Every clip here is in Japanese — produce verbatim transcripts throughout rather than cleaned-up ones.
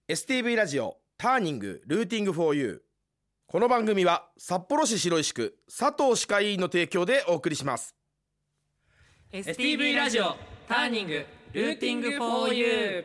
エスティーブイ ラジオターニングルーティングフォーユー。この番組は札幌市白石区佐藤歯科医院の提供でお送りします。 エスティーブイ ラジオターニングルーティングフォーユー。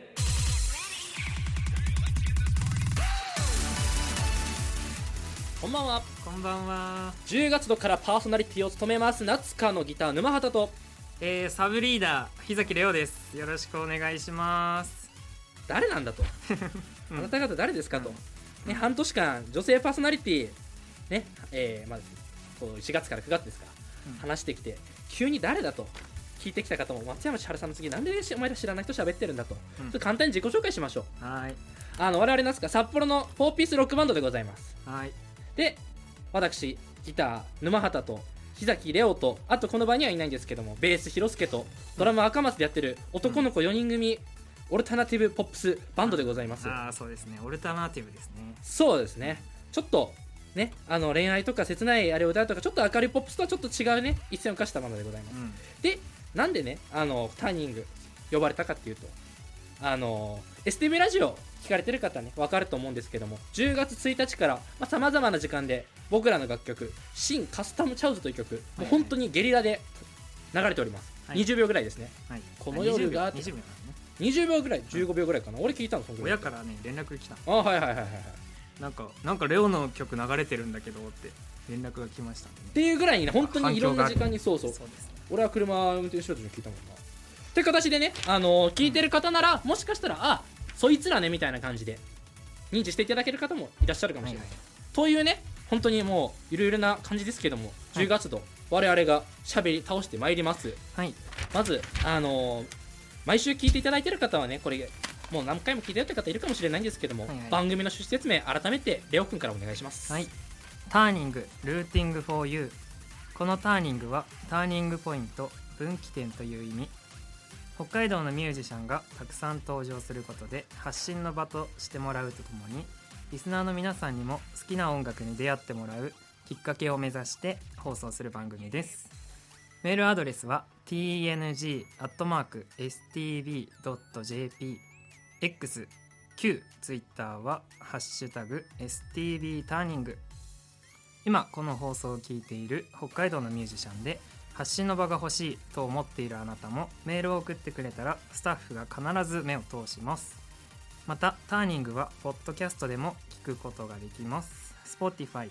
こんばんは。 こんばんは。 じゅうがつ度からパーソナリティを務めます夏香のギター沼畑と、 えー、サブリーダー日崎レオです。よろしくお願いします。 誰なんだと、うん、あなた方誰ですかと、うんね、半年間女性パーソナリティね、えー、まずこうしがつからくがつですか、うん、話してきて急に誰だと聞いてきた方も、松山千春さんの次なんでお前ら知らない人喋ってるんだと、うん、ちょっと簡単に自己紹介しましょう。 はい。 あの我々夏香札幌のフォーピースロックバンドでございます。 はい。 で私ギター沼畑と日崎レオと、あとこの場にはいないんですけどもベース広助とドラム赤松でやってる男の子よにん組、うん、オルタナティブポップスバンドでございます。 ああ、そうですね、オルタナティブですね。 そうですね、ちょっとね、あの恋愛とか切ないあれを歌うとかちょっと明るいポップスとはちょっと違うね一線を画したバンドでございます、うん、でなんでねあのターニング呼ばれたかっていうと、あの エスティーブイ ラジオ聞かれてる方ね分かると思うんですけども、じゅうがつついたちからさまざ、まな時間で僕らの楽曲新カスタムチャウズという曲、はいはい、もう本当にゲリラで流れております、はい、にじゅうびょうぐらいですね、はい、この夜がにじゅうびょうなんね、 にじゅうびょうぐらいじゅうごびょうぐらいかな、俺聞いたのそのぐらい。 親からね連絡来た。 あ、はいはいはいはい。 なんかなんかレオの曲流れてるんだけどって連絡が来ましたね。 っていうぐらいにね本当にいろんな時間にそうそう。 そうですね、 俺は車運転しようと聞いたもんな。って形でね、あのー、聞いてる方なら、うん、もしかしたらあそいつらねみたいな感じで認知していただける方もいらっしゃるかもしれない、はいはい、というね本当にもうゆるゆるな感じですけども、じゅうがつ度、はい、我々が喋り倒してまいります、はい、まずあのー、毎週聞いていただいてる方はねこれもう何回も聞いてるって方いるかもしれないんですけども、はいはい、番組の趣旨説明改めてレオくんからお願いします。 はい。ターニングルーティングフォーユー。このターニングはターニングポイント、分岐点という意味。北海道のミュージシャンがたくさん登場することで発信の場としてもらうとともに、リスナーの皆さんにも好きな音楽に出会ってもらうきっかけを目指して放送する番組です。メールアドレスは ティーエヌジー アットマーク エスティービー ドット ジェーピー、 X、Q、Twitter はハッシュタグ エスティービー ターニング。今この放送を聞いている北海道のミュージシャンで発信の場が欲しいと思っているあなたもメールを送ってくれたらスタッフが必ず目を通します。またターニングはポッドキャストでも聞くことができます。 Spotify、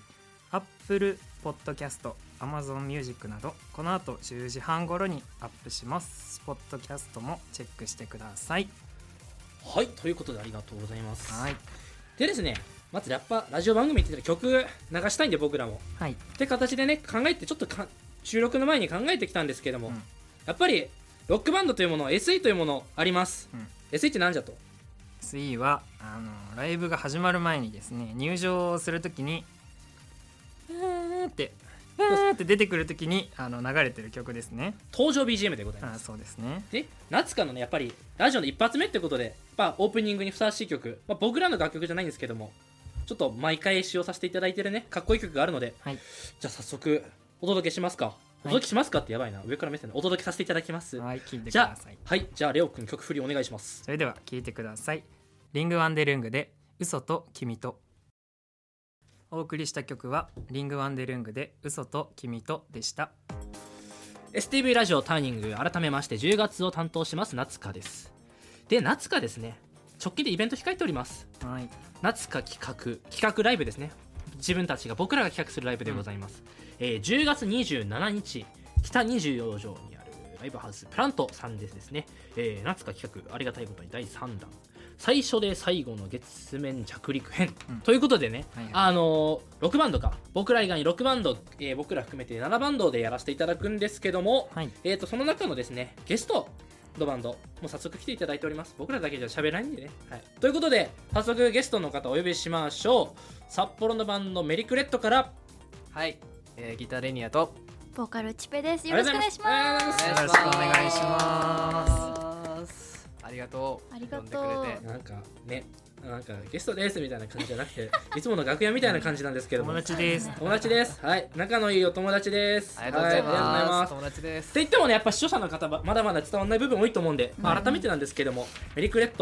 Apple Podcast、Amazon Music などこの後じゅうじはん頃にアップします。ポッドキャストもチェックしてください。 はい、ということでありがとうございます。 はい。 でですね、まずやっぱラジオ番組って言ったら曲流したいんで僕らも、はい、って形でね考えてちょっとか収録の前に考えてきたんですけども、うん、やっぱりロックバンドというもの エスイー というものあります、うん、エスイー って何じゃと。 エスイー はあのライブが始まる前にですね、入場するときにうーってうーって出てくるときにあの流れてる曲ですね。 登場 ビージーエム でございます。 あ、そうですね。 で夏香のねやっぱりラジオの一発目ってことでやっぱオープニングにふさわしい曲、まあ、僕らの楽曲じゃないんですけどもちょっと毎回使用させていただいてるねかっこいい曲があるので、はい、じゃあ早速お届けしますか。お届けしますかってやばいな、上から目線でお届けさせていただきます。 はい、聞いてください。 じゃあ、はい、じゃあレオくん曲振りお願いします。 それでは聞いてください。リングワンデルングで嘘と君と。お送りした曲はリングワンデルングで嘘と君とでした。 エスティーブイ ラジオターニング改めましてじゅうがつを担当します夏香です。で夏香ですね、直近でイベント控えております、はい、夏香企画企画ライブですね。自分たちが僕らが企画するライブでございます、うん、えー、じゅうがつにじゅうしちにち北にじゅうよう条にあるライブハウスプラントさんでですね、えー、夏香企画ありがたいことにだいさんだん最初で最後の月面着陸編、うん、ということでね、はいはい、あのー、ロックバンドか僕ら以外にロックバンド、えー、僕ら含めてななバンドでやらせていただくんですけども、はい、えーとその中のですねゲストのバンドもう早速来ていただいております。僕らだけじゃ喋らないんでね、はい、ということで早速ゲストの方お呼びしましょう。札幌のバンドメリクレットからはい、えー、ギターレニアとボーカルチペです。よろしくお願いします。 よろしくお願いします。 ありがとう。 ありがとう。 なんかね、なんかゲストですみたいな感じじゃなくていつもの楽屋みたいな感じなんですけども、 友達です友達です。はい、仲のいいお友達です。 ありがとうございます、 はい、ありがとうございます。 友達です。 って言ってもねやっぱ視聴者の方まだまだ伝わらない部分多いと思うんで、 うん、 まあ、改めてなんですけどもメリクレット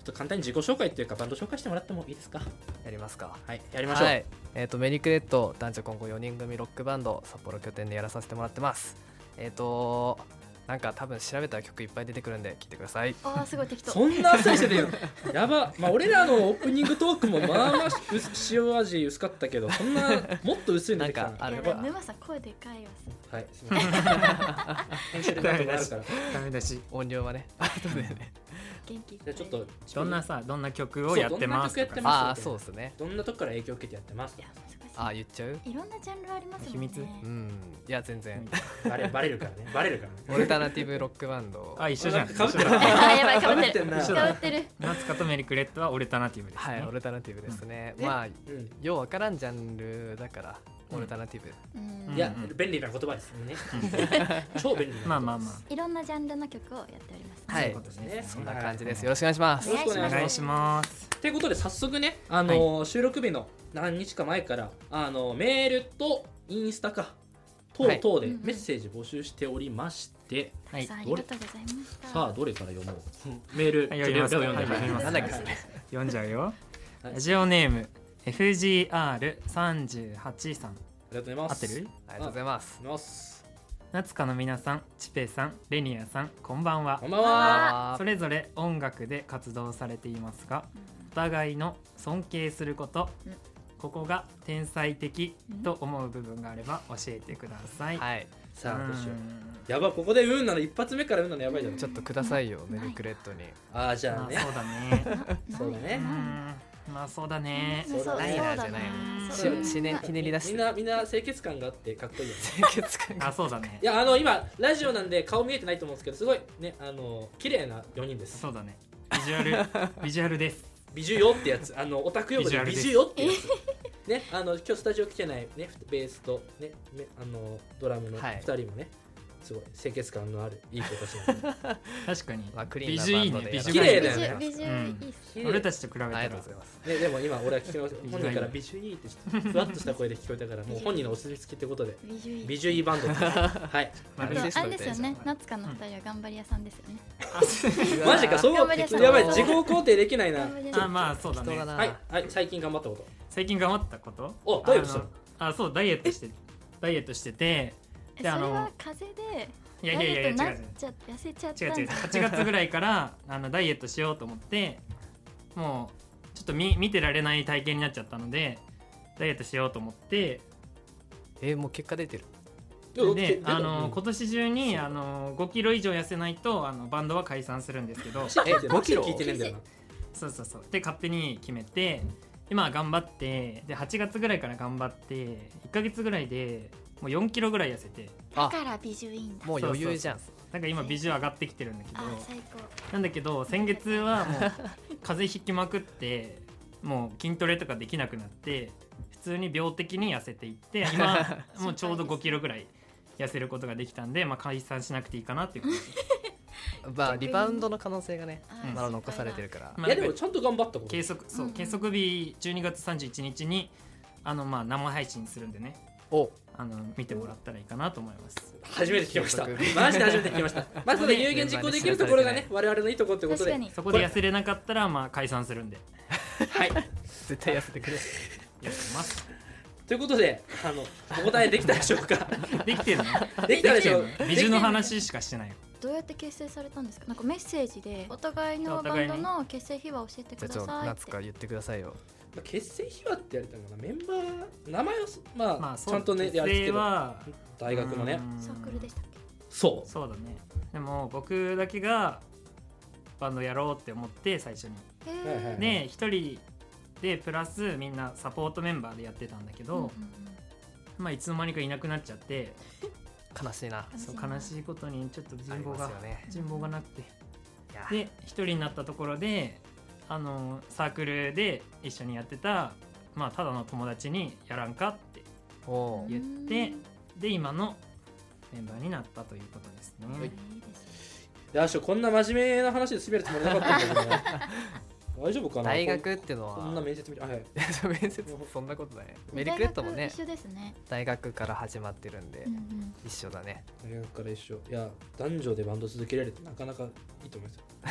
っと簡単に自己紹介っていうかバンド紹介してもらってもいいですか？ やりますか。 はい、やりましょう。 はい、えっ、とメリクレット男女混合よにん組ロックバンド札幌拠点でやらさせてもらってます。えっ、となんか多分調べたら曲いっぱい出てくるんで聞いてください。 あーすごい適当。 そんなあっさりしててよやば、まあ俺らのオープニングトークもまあまあ薄塩味薄かったけど、そんなもっと薄いの出てきたなんかあるいやでも沼さん声でかいわ。 はいすみません編集でなんとかあるからダメだし音量はね後でね。 元気いっぱい。 じゃあちょっとどんなさどんな曲をやってますそうどんな曲やってとかますああそうですね。 どんなとこから影響を受けてやってますいや難しい。 ああ言っちゃう？ いろんなジャンルありますもんね。 秘密うんいや全然。 バレバレるからねバレるからねオルタナティブロックバンド。 あ一緒じゃん。 かぶってるあーやばいかぶってる。 被ってんなかぶってる。 夏香とメリクレットはオルタナティブですね。 はいオルタナティブですね。 うんまあうんようわからんジャンルだからオルタナティブ。 うんいやうん便利な言葉ですね超便利な言葉まあまあまいろんなジャンルの曲をやっております。 はいそういうことですね。 そんな感じです。よろしくお願いします。 よろしくお願いしますお願いします。 ということで早速ね、あのー収録日の何日か前からあのメールとインスタか等はい 々でメッセージ募集しておりまして、 たくさんありがとうございました。 さあどれから読もうメールはい読みますちょっと読んではい読みますなんだっけそれ。 読んじゃうよ。 はいラジオネーム エフジーアールさんじゅうはち さん。 ありがとうございます合ってる？ ありがとうございます。 ありがとうございます夏香の皆さん、ちぺさん、レニアさん、こんばんはこん。ばんはあそれぞれ音楽で活動されていますが、お互いの尊敬すること、 うんここが天才的と思う部分があれば教えてください。 はいさあどうしよううやばここでうんなの一発目からうんなのやばいじゃんちょっとくださいよメリクレットに。 ああじゃあねんまあそうだね。 そうだねうんまあそうだね。 そうだねないなじゃないそうだねしねひねり出してみんなみんな清潔感があってかっこいいよね清潔感があそうだねい。やあの今ラジオなんで顔見えてないと思うんですけどすごいねあの綺麗なよにんですそうだね。ビジュアルビジュアルです。 美女よってやつあのオタク用語で美ビジュ女よってやつねあの今日スタジオ来てないねベースとねめあのドラムのはいふたりもねすごい清潔感のあるいい子たちなんで確かにまあクリーン美な女いいね。 バンドで美女綺麗がいいだよねビジュビジュいいっす。 俺たちと比べたらありがとうございます。 ねでも今俺は聞き直して美女本人から美女いいってふわっとした声で聞こえたからもう本人のお墨付きってことでビジュいい。 美女いいバンドってはいまあでもあれナルシストみたいなですよね。夏香の二人は頑張り屋さんですよね。 マジかそう頑張り屋さんやばい自己肯定できないな頑張り屋さんあまあそうだね人が。なはいはい最近頑張ったこと最近頑張ったこと？ おダイエットしたのあのあそうダイエットしてダイエットしててえそれであのは風邪でいやいやいやいや違うダイエットなっちゃ痩せちゃった違う違う違うんだ。 はちがつぐらいからあのダイエットしようと思ってもうちょっと見見てられない体型になっちゃったのでダイエットしようと思ってえーもう結果出てる。 であのうん今年中にあのごキロ以上痩せないとあのバンドは解散するんですけどえごキロ聞いてねえんだよなそうそうそうで勝手に決めて今は頑張ってではちがつぐらいから頑張っていっかげつぐらいでもうよんキロぐらい痩せてだから美女いいんだ。 もう余裕じゃん。 なんか今美女上がってきてるんだけどあ最高。 なんだけど先月はもう風邪ひきまくってもう筋トレとかできなくなって普通に病的に痩せていって今もうちょうどごキロぐらい痩せることができたんで、まあ、解散しなくていいかなっていうことです、 まあリバウンドの可能性がねあうんまだ残されてるから。 まあいやでもちゃんと頑張ったこと計測そう、 うんうん計測日じゅうにがつさんじゅういちにちにあのまあ生配信するんでねおあの見てもらったらいいかなと思います初めて聞きました計測マジで初めて聞きましたまずその有言実行できるところがね我々のいいところってことで確かに。 そこで痩せれなかったらまあ解散するんではい絶対痩せてくれ。 やってますということであのお答えできたでしょうかできてるのできたでしょう美女の話しかしてないよどうやって結成されたんですか。なんかメッセージでお互いのバンドの結成秘話を教えてじゃあちょくださいって。 夏か言ってくださいよ。 まあ結成秘話って言われたのかなメンバー名前をすまあ、 まあちゃんとね結成やるけどは大学のねうんサークルでしたっけ。 そうそうだねでも僕だけがバンドやろうって思って最初にへはいはいーで一人でプラスみんなサポートメンバーでやってたんだけど、 うんうんうんまあいつの間にかいなくなっちゃって悲しいな。 そう悲しいことにちょっと人望あが、 りますよね人望がなくていやで一人になったところであのサークルで一緒にやってたまあただの友達にやらんかってお言ってで今のメンバーになったということですね、 はいいいですいやしょこんな真面目な話で滑るつもりなかったんだけどね大丈夫かな大学ってのはこんな面接みたいはい面接そんなことない。 ね。 メリクレットもね大学一緒ですね。 大学から始まってるんでうんうん。 一緒だね。 大学から一緒いや男女でバンド続けられるってなかなかいいと思いますよ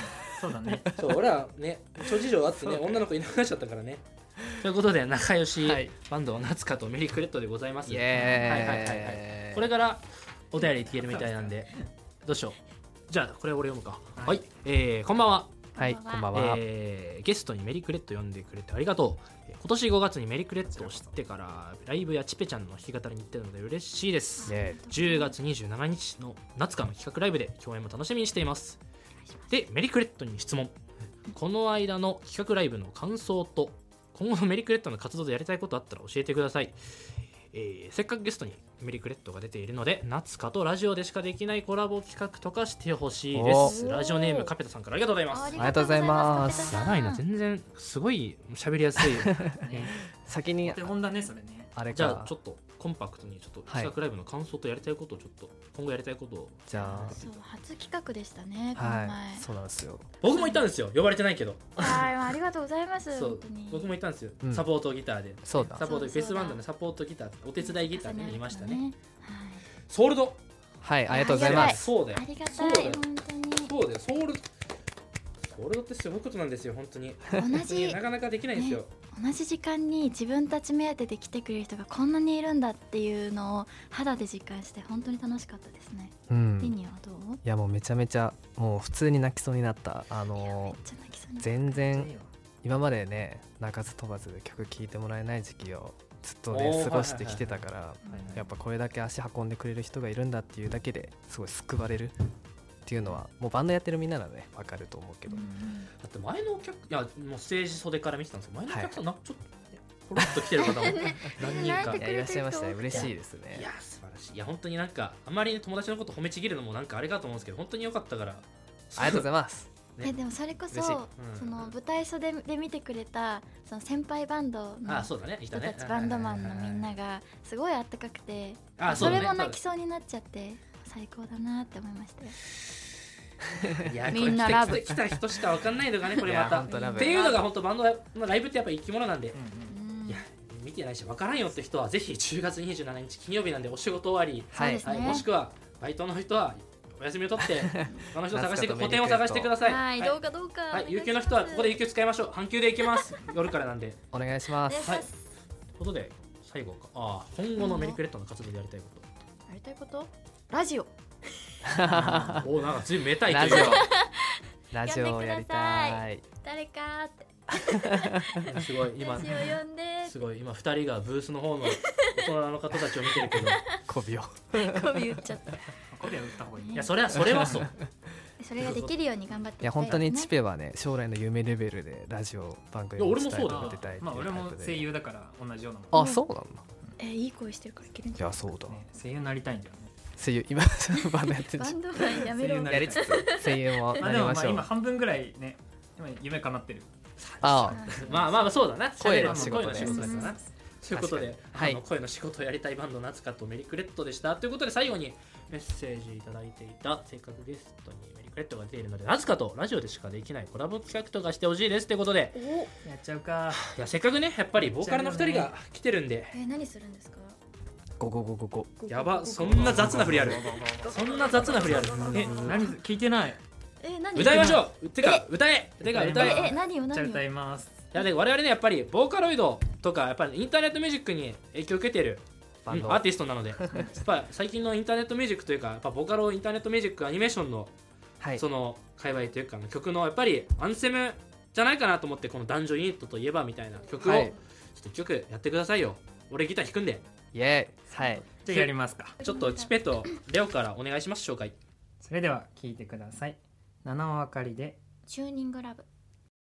そうだねそう俺はね諸事情あってね女の子いなくなっちゃったからねということで仲良しバンド夏香とメリークレットでございます。 イエーイ、 はいはいはいはい。これからお便りいけるみたいなんでどうしよう。じゃあこれ俺読むか。はい、はい、えー、こんばんは。 はいこんばんは、 えー、ゲストにメリークレット呼んでくれてありがとう。今年ごがつにメリークレットを知ってからライブやチペちゃんの弾き語りに行ってるので嬉しいです。じゅうがつにじゅうしちにちの夏香の企画ライブで共演も楽しみにしています。でメリークレットに質問。この間の企画ライブの感想と今後のメリークレットの活動でやりたいことあったら教えてください。えー、せっかくゲストにメリークレットが出ているので夏香とラジオでしかできないコラボ企画とかしてほしいです。ラジオネームカペタさんからありがとうございます。 あありがとうございます。 長いな、全然すごい喋りやすい、ね、 先にお手本だねそれね。 あれかじゃあちょっとコンパクトにちょっと企画ライブの感想とやりたいことをちょっと今後やりたいことを。 じゃあそう初企画でしたねこの前、 はいそうなんですよ。 僕も行ったんですよ、呼ばれてないけど。 はいありがとうございますそう本当に僕も行ったんですよ、 うんサポートギターで。 そうだサポートフそうだェスバンドのサポートギターお手伝いギターで、ね、いましたね。 はいソールド。 はいありがとうございます。 そうだよありがたいそうだよ本当にそうだよソールソールドってすごいことなんですよ本当に。 同じなかなかできないんですよ、 ね同じ時間に自分たち目当てで来てくれる人がこんなにいるんだっていうのを肌で実感して本当に楽しかったですね。 うリんニはどう？ いやもうめちゃめちゃもう普通に泣きそうになった。あいやめっのちゃ泣きそうになった全然今までね鳴かず飛ばずで曲聴いてもらえない時期をずっとねおー過ごしてきてたからはいはいやっぱこれだけ足運んでくれる人がいるんだっていうだけですごい救われるっていうのはもうバンドやってるみんなならね分かると思うけど、 うんだって前のお客いやもうステージ袖から見てたんですけど前のお客さんなんかちょっとポロッと来てる方も何人か泣いいてやいらっしゃいましたね。嬉しいですいね。 や素晴らしい。いや本当になんかあんまり、ね、友達のこと褒めちぎるのもなんかあれかと思うんですけど本当に良かったからありがとうございますねえでもそれこそ、 嬉しいうんその舞台袖で見てくれたその先輩バンドのあそうだねいたね人たちバンドマンのみんながすごいあったかくてあそうだねそれも泣きそうになっちゃって最高だなって思いましたよ。 いやみんなラブこれ来た来た人しか分かんないのがねこれまいやた本当ラブっていうのが本当バンドのライブってやっぱ生き物なんで、 うんいや見てないし分からんよって人はぜひじゅうがつにじゅうしちにち金曜日なんでお仕事終わり、 はいそうですねはい、もしくはバイトの人はお休みを取って他の人を探して個展を探してください。 はい、 はいどうかどうか、 はい、有給の人はここで有給使いましょう。半休で行きます夜からなんで。 お願いします。 はいということで最後かあ今後のメリークレットの活動でやりたいこやりたいことラジオとおなんかずいぶんめたいとラジいうかオラジオをやりたい。 誰かってすごい今ラジオ呼んですごい今ふたりがブースの方の大人の方たちを見てるけど媚びをコビ打っちゃったこれは打った方がいい。 いやそれはそれはそうそれができるように頑張っていきたいいや本当にチペペはね将来の夢レベルでラジオ番組いやを伝えて俺もそうだよ出たいっていうまあ俺もタイプで声優だから同じようなもん。 あそうなんだ。 えいい声してるからいけるんいじゃやそうだね声優になりたいんだよね。 声優今バンドやってるじゃんないバンドマンやめろ声優になやりつつ声優もまあでもまあなりましょう。 今半分ぐらいね今夢叶ってる。 あまあまあそうだな声の喋る仕事ね声の仕事だからなということで、 はいあの声の仕事をやりたいバンド夏香とメリクレットでしたということで最後にメッセージいただいていたせっかくゲストにメリクレットが出ているので夏香とラジオでしかできないコラボ企画とかしてほしいですということでやっちゃうか。 いやせっかくねやっぱりボーカルのふたりが来てるんでえ何するんですかごごごごごやばそんな雑な振りあるそんな雑な振りあるえ何聞いてない。 え何歌いましょうてか歌えてか歌えええ何をじゃあ何を歌います。 いやで我々ねやっぱりボーカロイドとかやっぱりインターネットミュージックに影響を受けてるバンドうんアーティストなのでやっぱ最近のインターネットミュージックというかやっぱボカロインターネットミュージックアニメーションのはいその界隈というか曲のやっぱりアンセムじゃないかなと思ってこの男女ユニットといえばみたいな曲をちょはいっと一曲やってくださいよ。俺ギター弾くんでイエーイはいじゃあやりますか。 ちょっとチペとレオからお願いします紹介。 それでは聞いてください。七尾あかりでチューニングラブ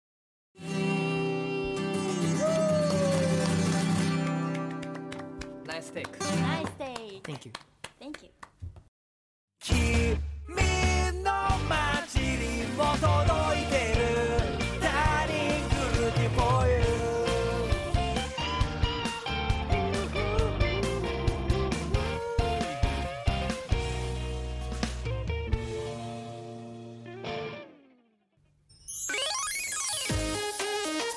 ナイステイクナイスデイ Thank you。 Thank you 君の街にも届いてる Turning Beauty for You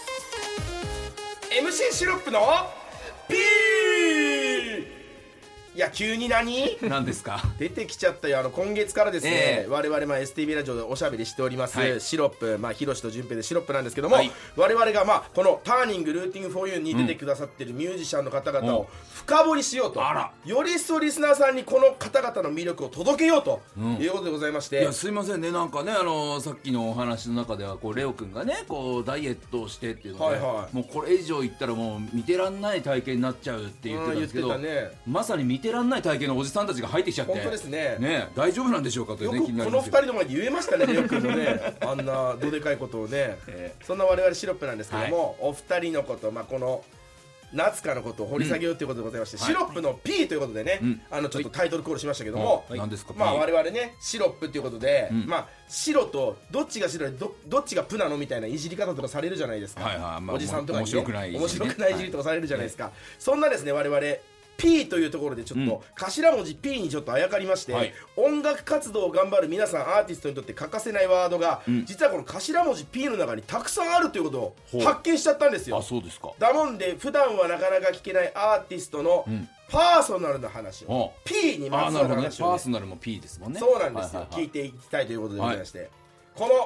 エムシー シロップのピーいや急に何何ですか？ 出てきちゃったよ。あの今月からですね、 ええ我々まあ エスティービー ラジオでおしゃべりしております、 はい、 シロップ、まあヒロシと順平でシロップなんですけども、はい、我々がまあこのターニングルーティング フォーユー に出てくださっているミュージシャンの方々を深掘りしようと、あらより一層リスナーさんにこの方々の魅力を届けようということでございまして、 うん、いやすいませんね、なんかね、あのー、さっきのお話の中ではこうレオくんがねこうダイエットをしてっていうので、はいはい、もうこれ以上言ったらもう見てらんない体型になっちゃうって言ってたんですけど、ね、まさに見てらんない体型のおじさんたちが入ってきちゃって、 本当ですね。 ね、大丈夫なんでしょうかというね、 よくこのふたりの前で言えましたね、レオ君のねあんなどでかいことをね、えー、そんな我々シロップなんですけども、はい、お二人のこと、まあ、この夏香のことを掘り下げようということでございまして、うん、シロップの P ということでね、はい、あのちょっとタイトルコールしましたけども、 はい、何ですか、 まあ我々ねシロップということで、うん、まあ白とどっちが白で ど, どっちがプなのみたいないじり方とかされるじゃないですか、はいはい、まあ、おじさんとかに、ね、面白くないいじり、ね、面白くないいじりとかされるじゃないですか、はい、そんなですね我々P というところでちょっと頭文字 P にちょっとあやかりまして、はい、音楽活動を頑張る皆さんアーティストにとって欠かせないワードが、うん、実はこの頭文字 P の中にたくさんあるということを発見しちゃったんですよ。 あ、そうですか。 だもんで普段はなかなか聞けないアーティストのパーソナルな話を、うん、P にまつわる話を、ね、 パーソナルも P ですもんね。 そうなんですよ、はいはいはい、聞いていきたいということでございまして、はい、この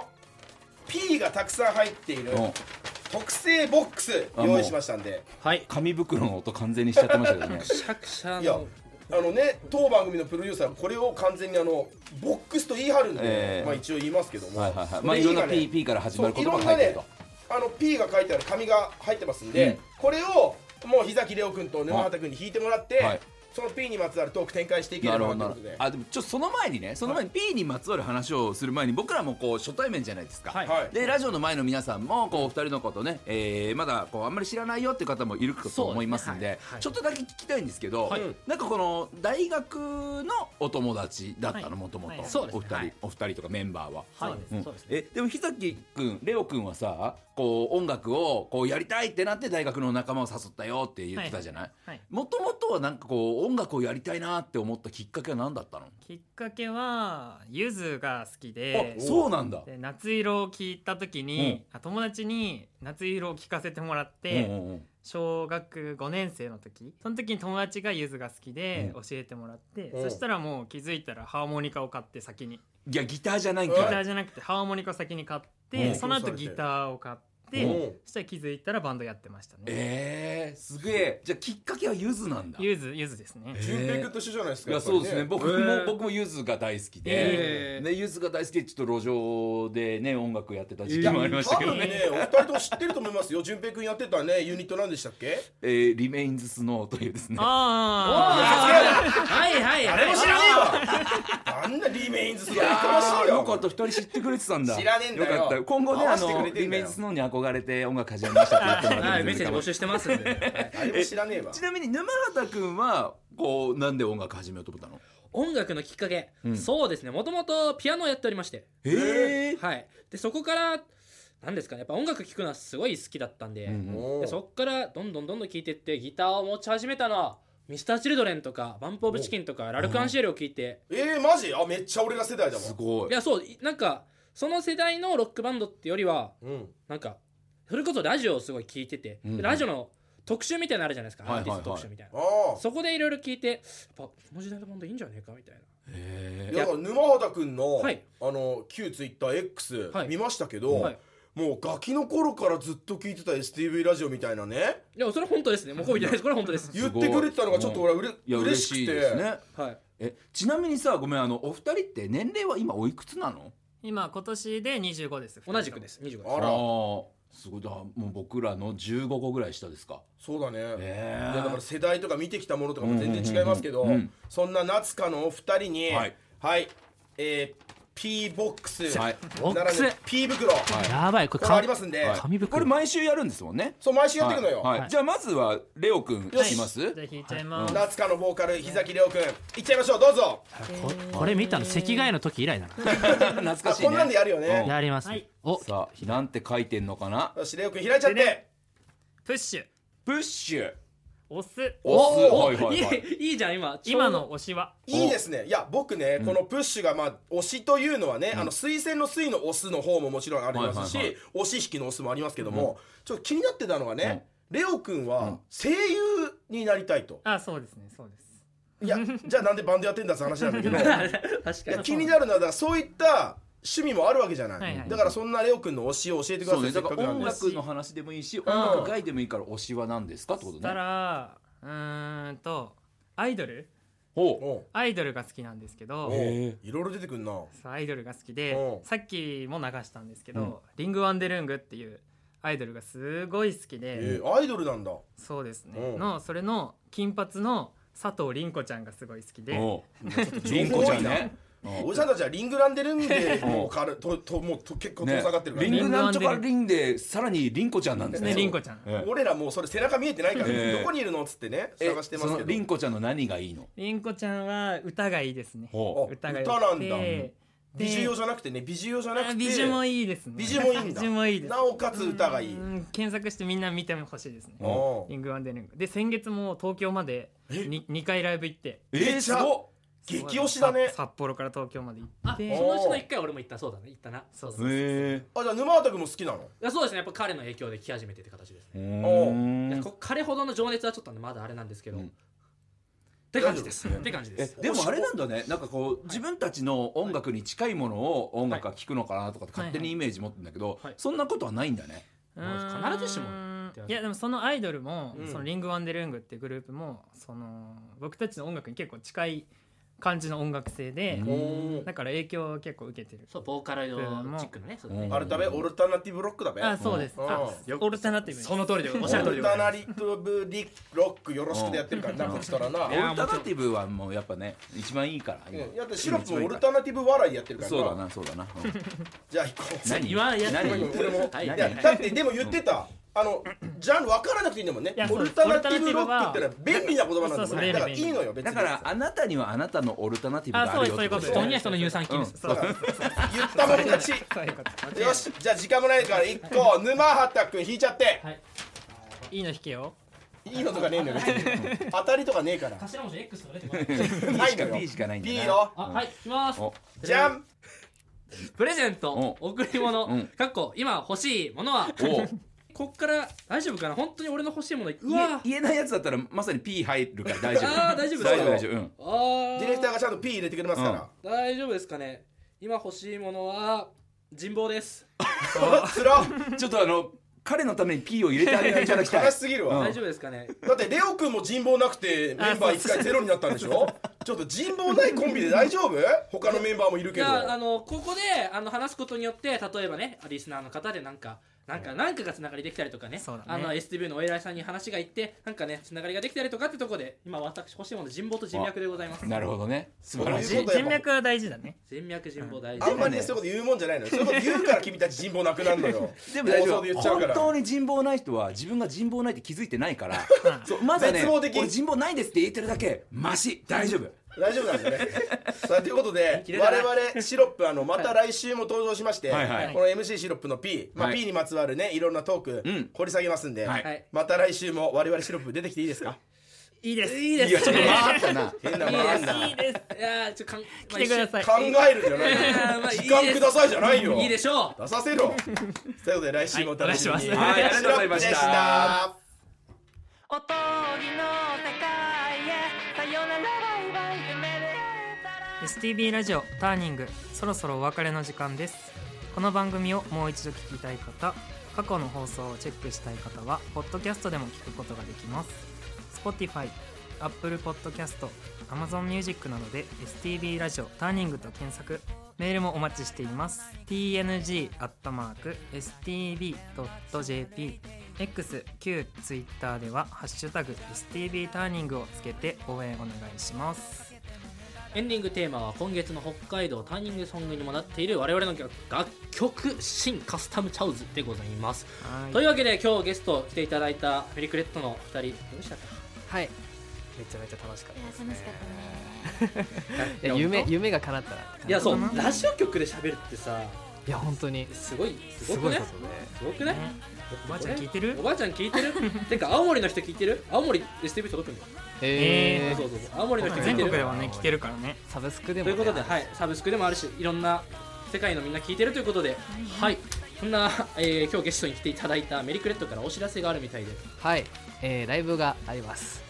P がたくさん入っている、うん特製ボックス用意しましたんで、 はい、紙袋の音完全にしちゃってましたけどね。くしゃくしゃの、 いやあのね、当番組のプロデューサーこれを完全にあのボックスと言い張るんで、えー、まあ一応言いますけども、はいはいはい、 まあいろんな P, P から始まる言葉が入ってると、 ね、あの P が書いてある紙が入ってますんで、うん、これをもう日崎レオ君と沼畑君に弾いてもらって、はい、その P にまつわるトーク展開していければということで。 あ、でもちょっとその前にね、その前に P にまつわる話をする前に僕らもこう初対面じゃないですか、はい、でラジオの前の皆さんもこうふたりのことね、えー、まだこうあんまり知らないよっていう方もいると思いますんで、ね、はい、ちょっとだけ聞きたいんですけど、はい、なんかこの大学のお友達だったのもともとお二人お二人とかメンバーは、はい、うん、そうですね。えでも日崎君レオ君はさこう音楽をこうやりたいってなって大学の仲間を誘ったよって言ってたじゃない。もともとはなんかこう音楽をやりたいなって思ったきっかけは何だったの？ きっかけはゆずが好きで、 あ、そうなんだ。 で夏色を聞いた時に、うん、友達に夏色を聞かせてもらって、うんうんうん、小学ごねん生の時、その時に友達がゆずが好きで教えてもらって、うん、そしたらもう気づいたらハーモニカを買って先に、いやギターじゃないんかい。 ギターじゃなくてハーモニカを先に買って、うん、その後ギターを買ってで、うん、そしたら気づいたらバンドやってましたね。 えー、すげえ。じゃあきっかけはゆずなんだ。 ゆずゆずですね。 純平君と一緒じゃないですか。 いやそうですね。僕も、えー、僕もゆずが大好きで、えー、ねゆずが大好きでちょっと路上でね音楽やってた時期もありましたけどね。多分ねお二人とも知ってると思いますよ。純平君やってたねユニットなんでしたっけ？ えー、リメインズスノーというですね。 ああ。はいはい。 あれも知らねえわ。あんなリメインズスノー。 よかった二人知ってくれてたんだ。 知らねえんだよ。 よかった。今後ねあのリメインズスノーに憧れて音楽始めましたって言ってもらって、 はい、メッセージ募集してますんで、ね、 あれも知らねえわ。 ちなみに沼畑くんはこうなんで音楽始めようと思ったの？ 音楽のきっかけ、うん、そうですね、もともとピアノをやっておりまして、 えー、 はい、でそこからなんですかね、やっぱ音楽聴くのはすごい好きだったんで、うん、でそこからどんどんどんどん聴いていってギターを持ち始めたのはミスターチルドレンとかバンプオブチキンとかラルクアンシエルを聴いて、 えー、マジ？あ、めっちゃ俺ら世代だもん。 すごい。 いやそうなんかその世代のロックバンドってよりは、うん、なんかそれこそラジオをすごい聞いてて、うん、ラジオの特集みたいなのあるじゃないですか、はいはいはい、アーティスト特集みたいな、そこでいろいろ聞いてやっぱこの時代のバンドいいんじゃねえかみたいな。 へー。いや沼畑くんの、はい、あの旧ツイッター X、はい、見ましたけど、はい、もうガキの頃からずっと聞いてた エスティーブイ ラジオみたいなね。 いやそれ本当ですね、もうこう見てないです、これ本当です。 言ってくれてたのがちょっと俺はうれ、うん、嬉しくて、いや嬉しいですね。 はい。えちなみにさ、ごめん、あのお二人って年齢は今おいくつなの？ 今今年でにじゅうごです。 同じくです。にじゅうごです。 あらー、すごいだ。もう僕らのじゅうごこぐらい下ですか。 そうだね、 えー、 いやだから世代とか見てきたものとかも全然違いますけど、うんうんうんうん、そんな夏香のお二人に、はい、はい、えーP ボックス、 はい、ボックス P 袋、はい、 やばい、これありますんで、 はい、紙袋これ毎週やるんですもんね。 そう毎週やっていくのよ、 はいはい、じゃあまずはレオくん弾きます。 じゃあ弾いちゃいます。 夏香のボーカル日崎レオくんいっちゃいましょう、どうぞ。 こ, これ見たの席替えの時以来だな。 懐かしいね。 こんなんでやるよね、 うん、やります、 はい、 おさあなんて書いてんのかな。 よしレオくん開いちゃって。 プッシュプッシュ押す押す、はいはいはい、 いいいいじゃん。今今の押しはいいですね。いや僕ね、うん、このプッシュがまあ押しというのはね、うん、あの推薦の推の押すの方ももちろんありますし、はいはいはい、押し引きの押すもありますけども、うん、ちょっと気になってたのがね、うん、レオくんは声優になりたいと。 あ、そうですね、そうです。 いやじゃあなんでバンドやってんだって話なんだけど確かに気になるのはだからそういった趣味もあるわけじゃない、 はいはい、 だからそんなレオくんの推しを教えてください。 そうね、だから音楽の話でもいいし、音楽外でもいいから推しは何ですかってことね。 そしたらうーんとアイドルおアイドルが好きなんですけど、 いろいろ出てくんな。 そうアイドルが好きで、さっきも流したんですけど、うん、リングワンデルングっていうアイドルがすごい好きで、 えー、アイドルなんだ。 そうですね、のそれの金髪の佐藤凛子ちゃんがすごい好きで、 凛子ちゃんねおじさんたちはリングランデルンでもうかるとともうと結構遠ざかってるから、 ね、リングなんちょかリンでさらにリンコちゃんなんですね。 リンコちゃん、 ええ、俺らもうそれ背中見えてないから、ね、どこにいるのっつってね探してますけど、 リンコちゃんの何がいいの？ リンコちゃんは歌がいいですね。 歌が歌なんだ。美女用じゃなくてね、美女用じゃなくて美女もいいですね。 美女もいいんだ。 美女もいいです。 なおかつ歌がいい。 検索してみんな見てほしいですね。リングワンデルングで先月も東京まで に, にかいライブ行って、 えー、すごっ激推しだね。 札幌から東京まで行って、 あそのうちのいっかい俺も行った。そうだね、行ったな。 そうそうそう。 へあ、じゃあ沼畑君も好きなの？いやそうですね、やっぱ彼の影響で来始めてって形ですね。 お彼ほどの情熱はちょっとまだあれなんですけど、うん、って感じです。って感じです。 でもあれなんだね、なんかこう自分たちの音楽に近いものを音楽が聴くのかなとか勝手にイメージ持ってるんだけど、そんなことはないんだね。 必ずしも。 いやでもそのアイドルも、うん、そのリングワンデルングっていうグループもその僕たちの音楽に結構近い感じの音楽性で、だから影響を結構受けてる。 そうボーカロイドチックのね。 あれだべ、オルタナティブロックだべ。 あ、そうです。オルタナティブ。 その通りでおっしゃる通りで。 オルタナティブロックよろしくでやってるからな、こっちからな。 オルタナティブはもうやっぱね一番いいから。 いやシロップもオルタナティブ笑いやってるからな。 そうだなそうだな。 じゃあ行こう。 何？ 今やってる。俺も。いやだってでも言ってた。あのジャンル分からなくていいんだもんね。オルタナティブロックってのは便利な言葉なんだもんね。だからいいのよ別に。 だからあなたにはあなたのオルタナティブがあるよってことで。 人には人の乳酸菌です。 言ったもん勝ち。よし、じゃあ時間もないから一個沼畑くん引いちゃって。 いいの引けよ。 いいのとかねえのよ。当たりとかねえから。 頭文字 X とか出てこない。 ないのよ。 P しかないんだな。 P よ。 はい、いきます。 じゃん。 プレゼント贈り物かっこ今欲しいものは。こっから大丈夫かな。本当に俺の欲しいものうわ言えないやつだったらまさに P 入るから大丈夫。 ああ大丈夫大丈夫大丈夫。うん。 あディレクターがちゃんと P 入れてくれますから。 大丈夫ですかね。今欲しいものは人望です。 つらちょっとあの彼のために P を入れてあげていただきたい。 悲しすぎるわ。 大丈夫ですかね。 だってレオくんも人望なくてメンバーいっかいゼロになったんでしょ。ちょっと人望ないコンビで大丈夫？他のメンバーもいるけど。 あのここであの話すことによって例えばねリスナーの方でなんかなんか何かがつながりできたりとかね、あの エスティーブイ のお偉いさんに話がいってなんかねつながりができたりとかってとこで今私欲しいもの人望と人脈でございます。 なるほどね。 素晴らしい。人脈は大事だね。 人脈人望大事。 あんまりねそういうこと言うもんじゃないのよ。そういうこと言うから君たち人望なくなるのよ。 でも大丈夫。本当に人望ない人は自分が人望ないって気づいてないから。そうまだね俺人望ないですって言ってるだけマシ大丈夫。 大丈夫なんですね。さあということで我々シロップあのまた来週も登場しまして、はいはい、この エムシー シロップの P、まあ、P にまつわるねいろんなトーク、うん、掘り下げますんで、はい、また来週も我々シロップ出てきていいですか？ いいです。いいです。 いやちょっと回ったな。 変な回んな。 いいです。いやちょっとかん来てください。 考えるじゃないよ。時間くださいじゃないよ。 いいでしょう。 出させろ。ということで来週もお楽しみに。 はい、ありがとうございました。 おとぎの世界へさよならバイバイ夢でエスティービー ラジオターニングそろそろお別れの時間です。この番組をもう一度聞きたい方、過去の放送をチェックしたい方はポッドキャストでも聞くことができます。 Spotify、Apple Podcast、Amazon Music などで エスティービー ラジオターニングと検索。メールもお待ちしています。 ティーエヌジー アットマーク エスティービー ドット ジェーピー X、旧 Twitter ではハッシュタグ エスティービー ターニングをつけて応援お願いします。 エンディングテーマは今月の北海道ターニングソングにもなっている我々の楽曲新カスタムチャウズでございます。というわけで今日ゲスト来ていただいたメリクレットのふたりどうでしたか？ はい、めちゃめちゃ楽しかったですね。 楽しかったね。 いや夢夢が叶ったら。 いやそうラジオ局で喋るってさ、 いや本当にすごいすごくね。すごくね。 おばあちゃん聞いてる？ おばあちゃん聞いてる？てか青森の人聞いてる？青森 エスティービー 届くんだよ。 へえ。 そうそうそう。青森の人聞いてる。 全国ではね聞けるからね。 サブスクでも。 ということではいサブスクでもあるしいろんな世界のみんな聞いてるということで、はい。そんな、えー、今日ゲストに来ていただいたメリクレットからお知らせがあるみたいで。 はい、えー、ライブがあります。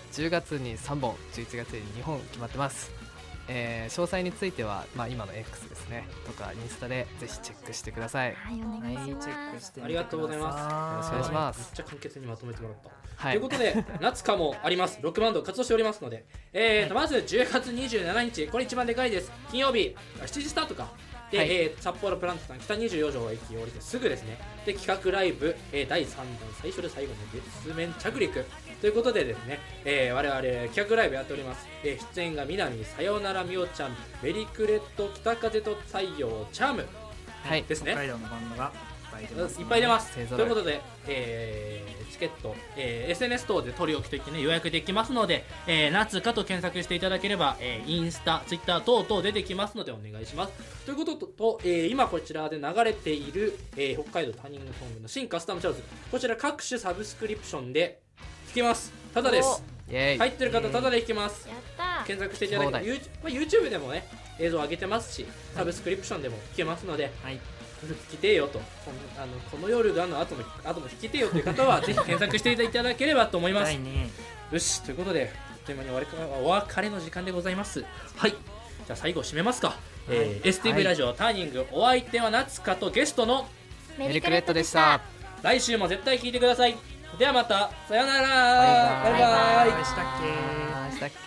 じゅうがつにさんぼん、じゅういちがつににほん決まってます。えー、詳細については、まあ、今の X ですねとかインスタでぜひチェックしてください。 はい、お願いします。 チェックしてありがとうございます。 よろしくお願いします。 めっちゃ簡潔にまとめてもらった、 はい、 ということで夏かもあります。ロックバンド活動しておりますので、えーと、はい、まずじゅうがつにじゅうしちにち、これ一番でかいです。金曜日しちじスタートかで、はい、えー、札幌プラントさん北にじゅうよん条駅を降りてすぐですね。で企画ライブ、えー、だいさんだん最初で最後の月面着陸ということでですね、えー、我々企画ライブやっております。えー、出演が南さよならみおちゃん、メリクレット、北風と太陽、チャーム、はい、ですね。 北海道のバンドがいっぱい出ます、ね、 いっぱい出ます。ということで、えー、チケット、えー、エスエヌエス 等で取り置きといってね予約できますので、えー、夏かと検索していただければ、えー、インスタ、ツイッター等々出てきますのでお願いします。ということと、えー、今こちらで流れている、えー、北海道ターニングソングの新カスタムチャーズ、こちら各種サブスクリプションで聴けます。ただです。入ってる方ただで弾けます。 やった検索していただいて、まあ、YouTube でもね映像上げてますし、サブスクリプションでも弾けますので、はい、弾きてえよと、この、あのこの夜がの後の後も弾きてえよという方はぜひ検索していただければと思います。ね、よし、ということであっという間にお別れの時間でございます。はい、じゃあ最後締めますか。はい、えー、エスティーブイ ラジオ、はい、ターニング、お相手は夏香とゲストのメリクレットでした。 来週も絶対聞いてください。ではまた、さよなら、バイバイ。バイバイ。 したっけしたっ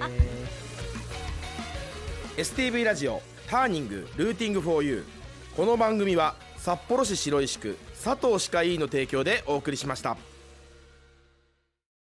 け エスティーブイ ラジオターニングルーティング フォー ユー、 この番組は札幌市白石区佐藤歯科医院の提供でお送りしました。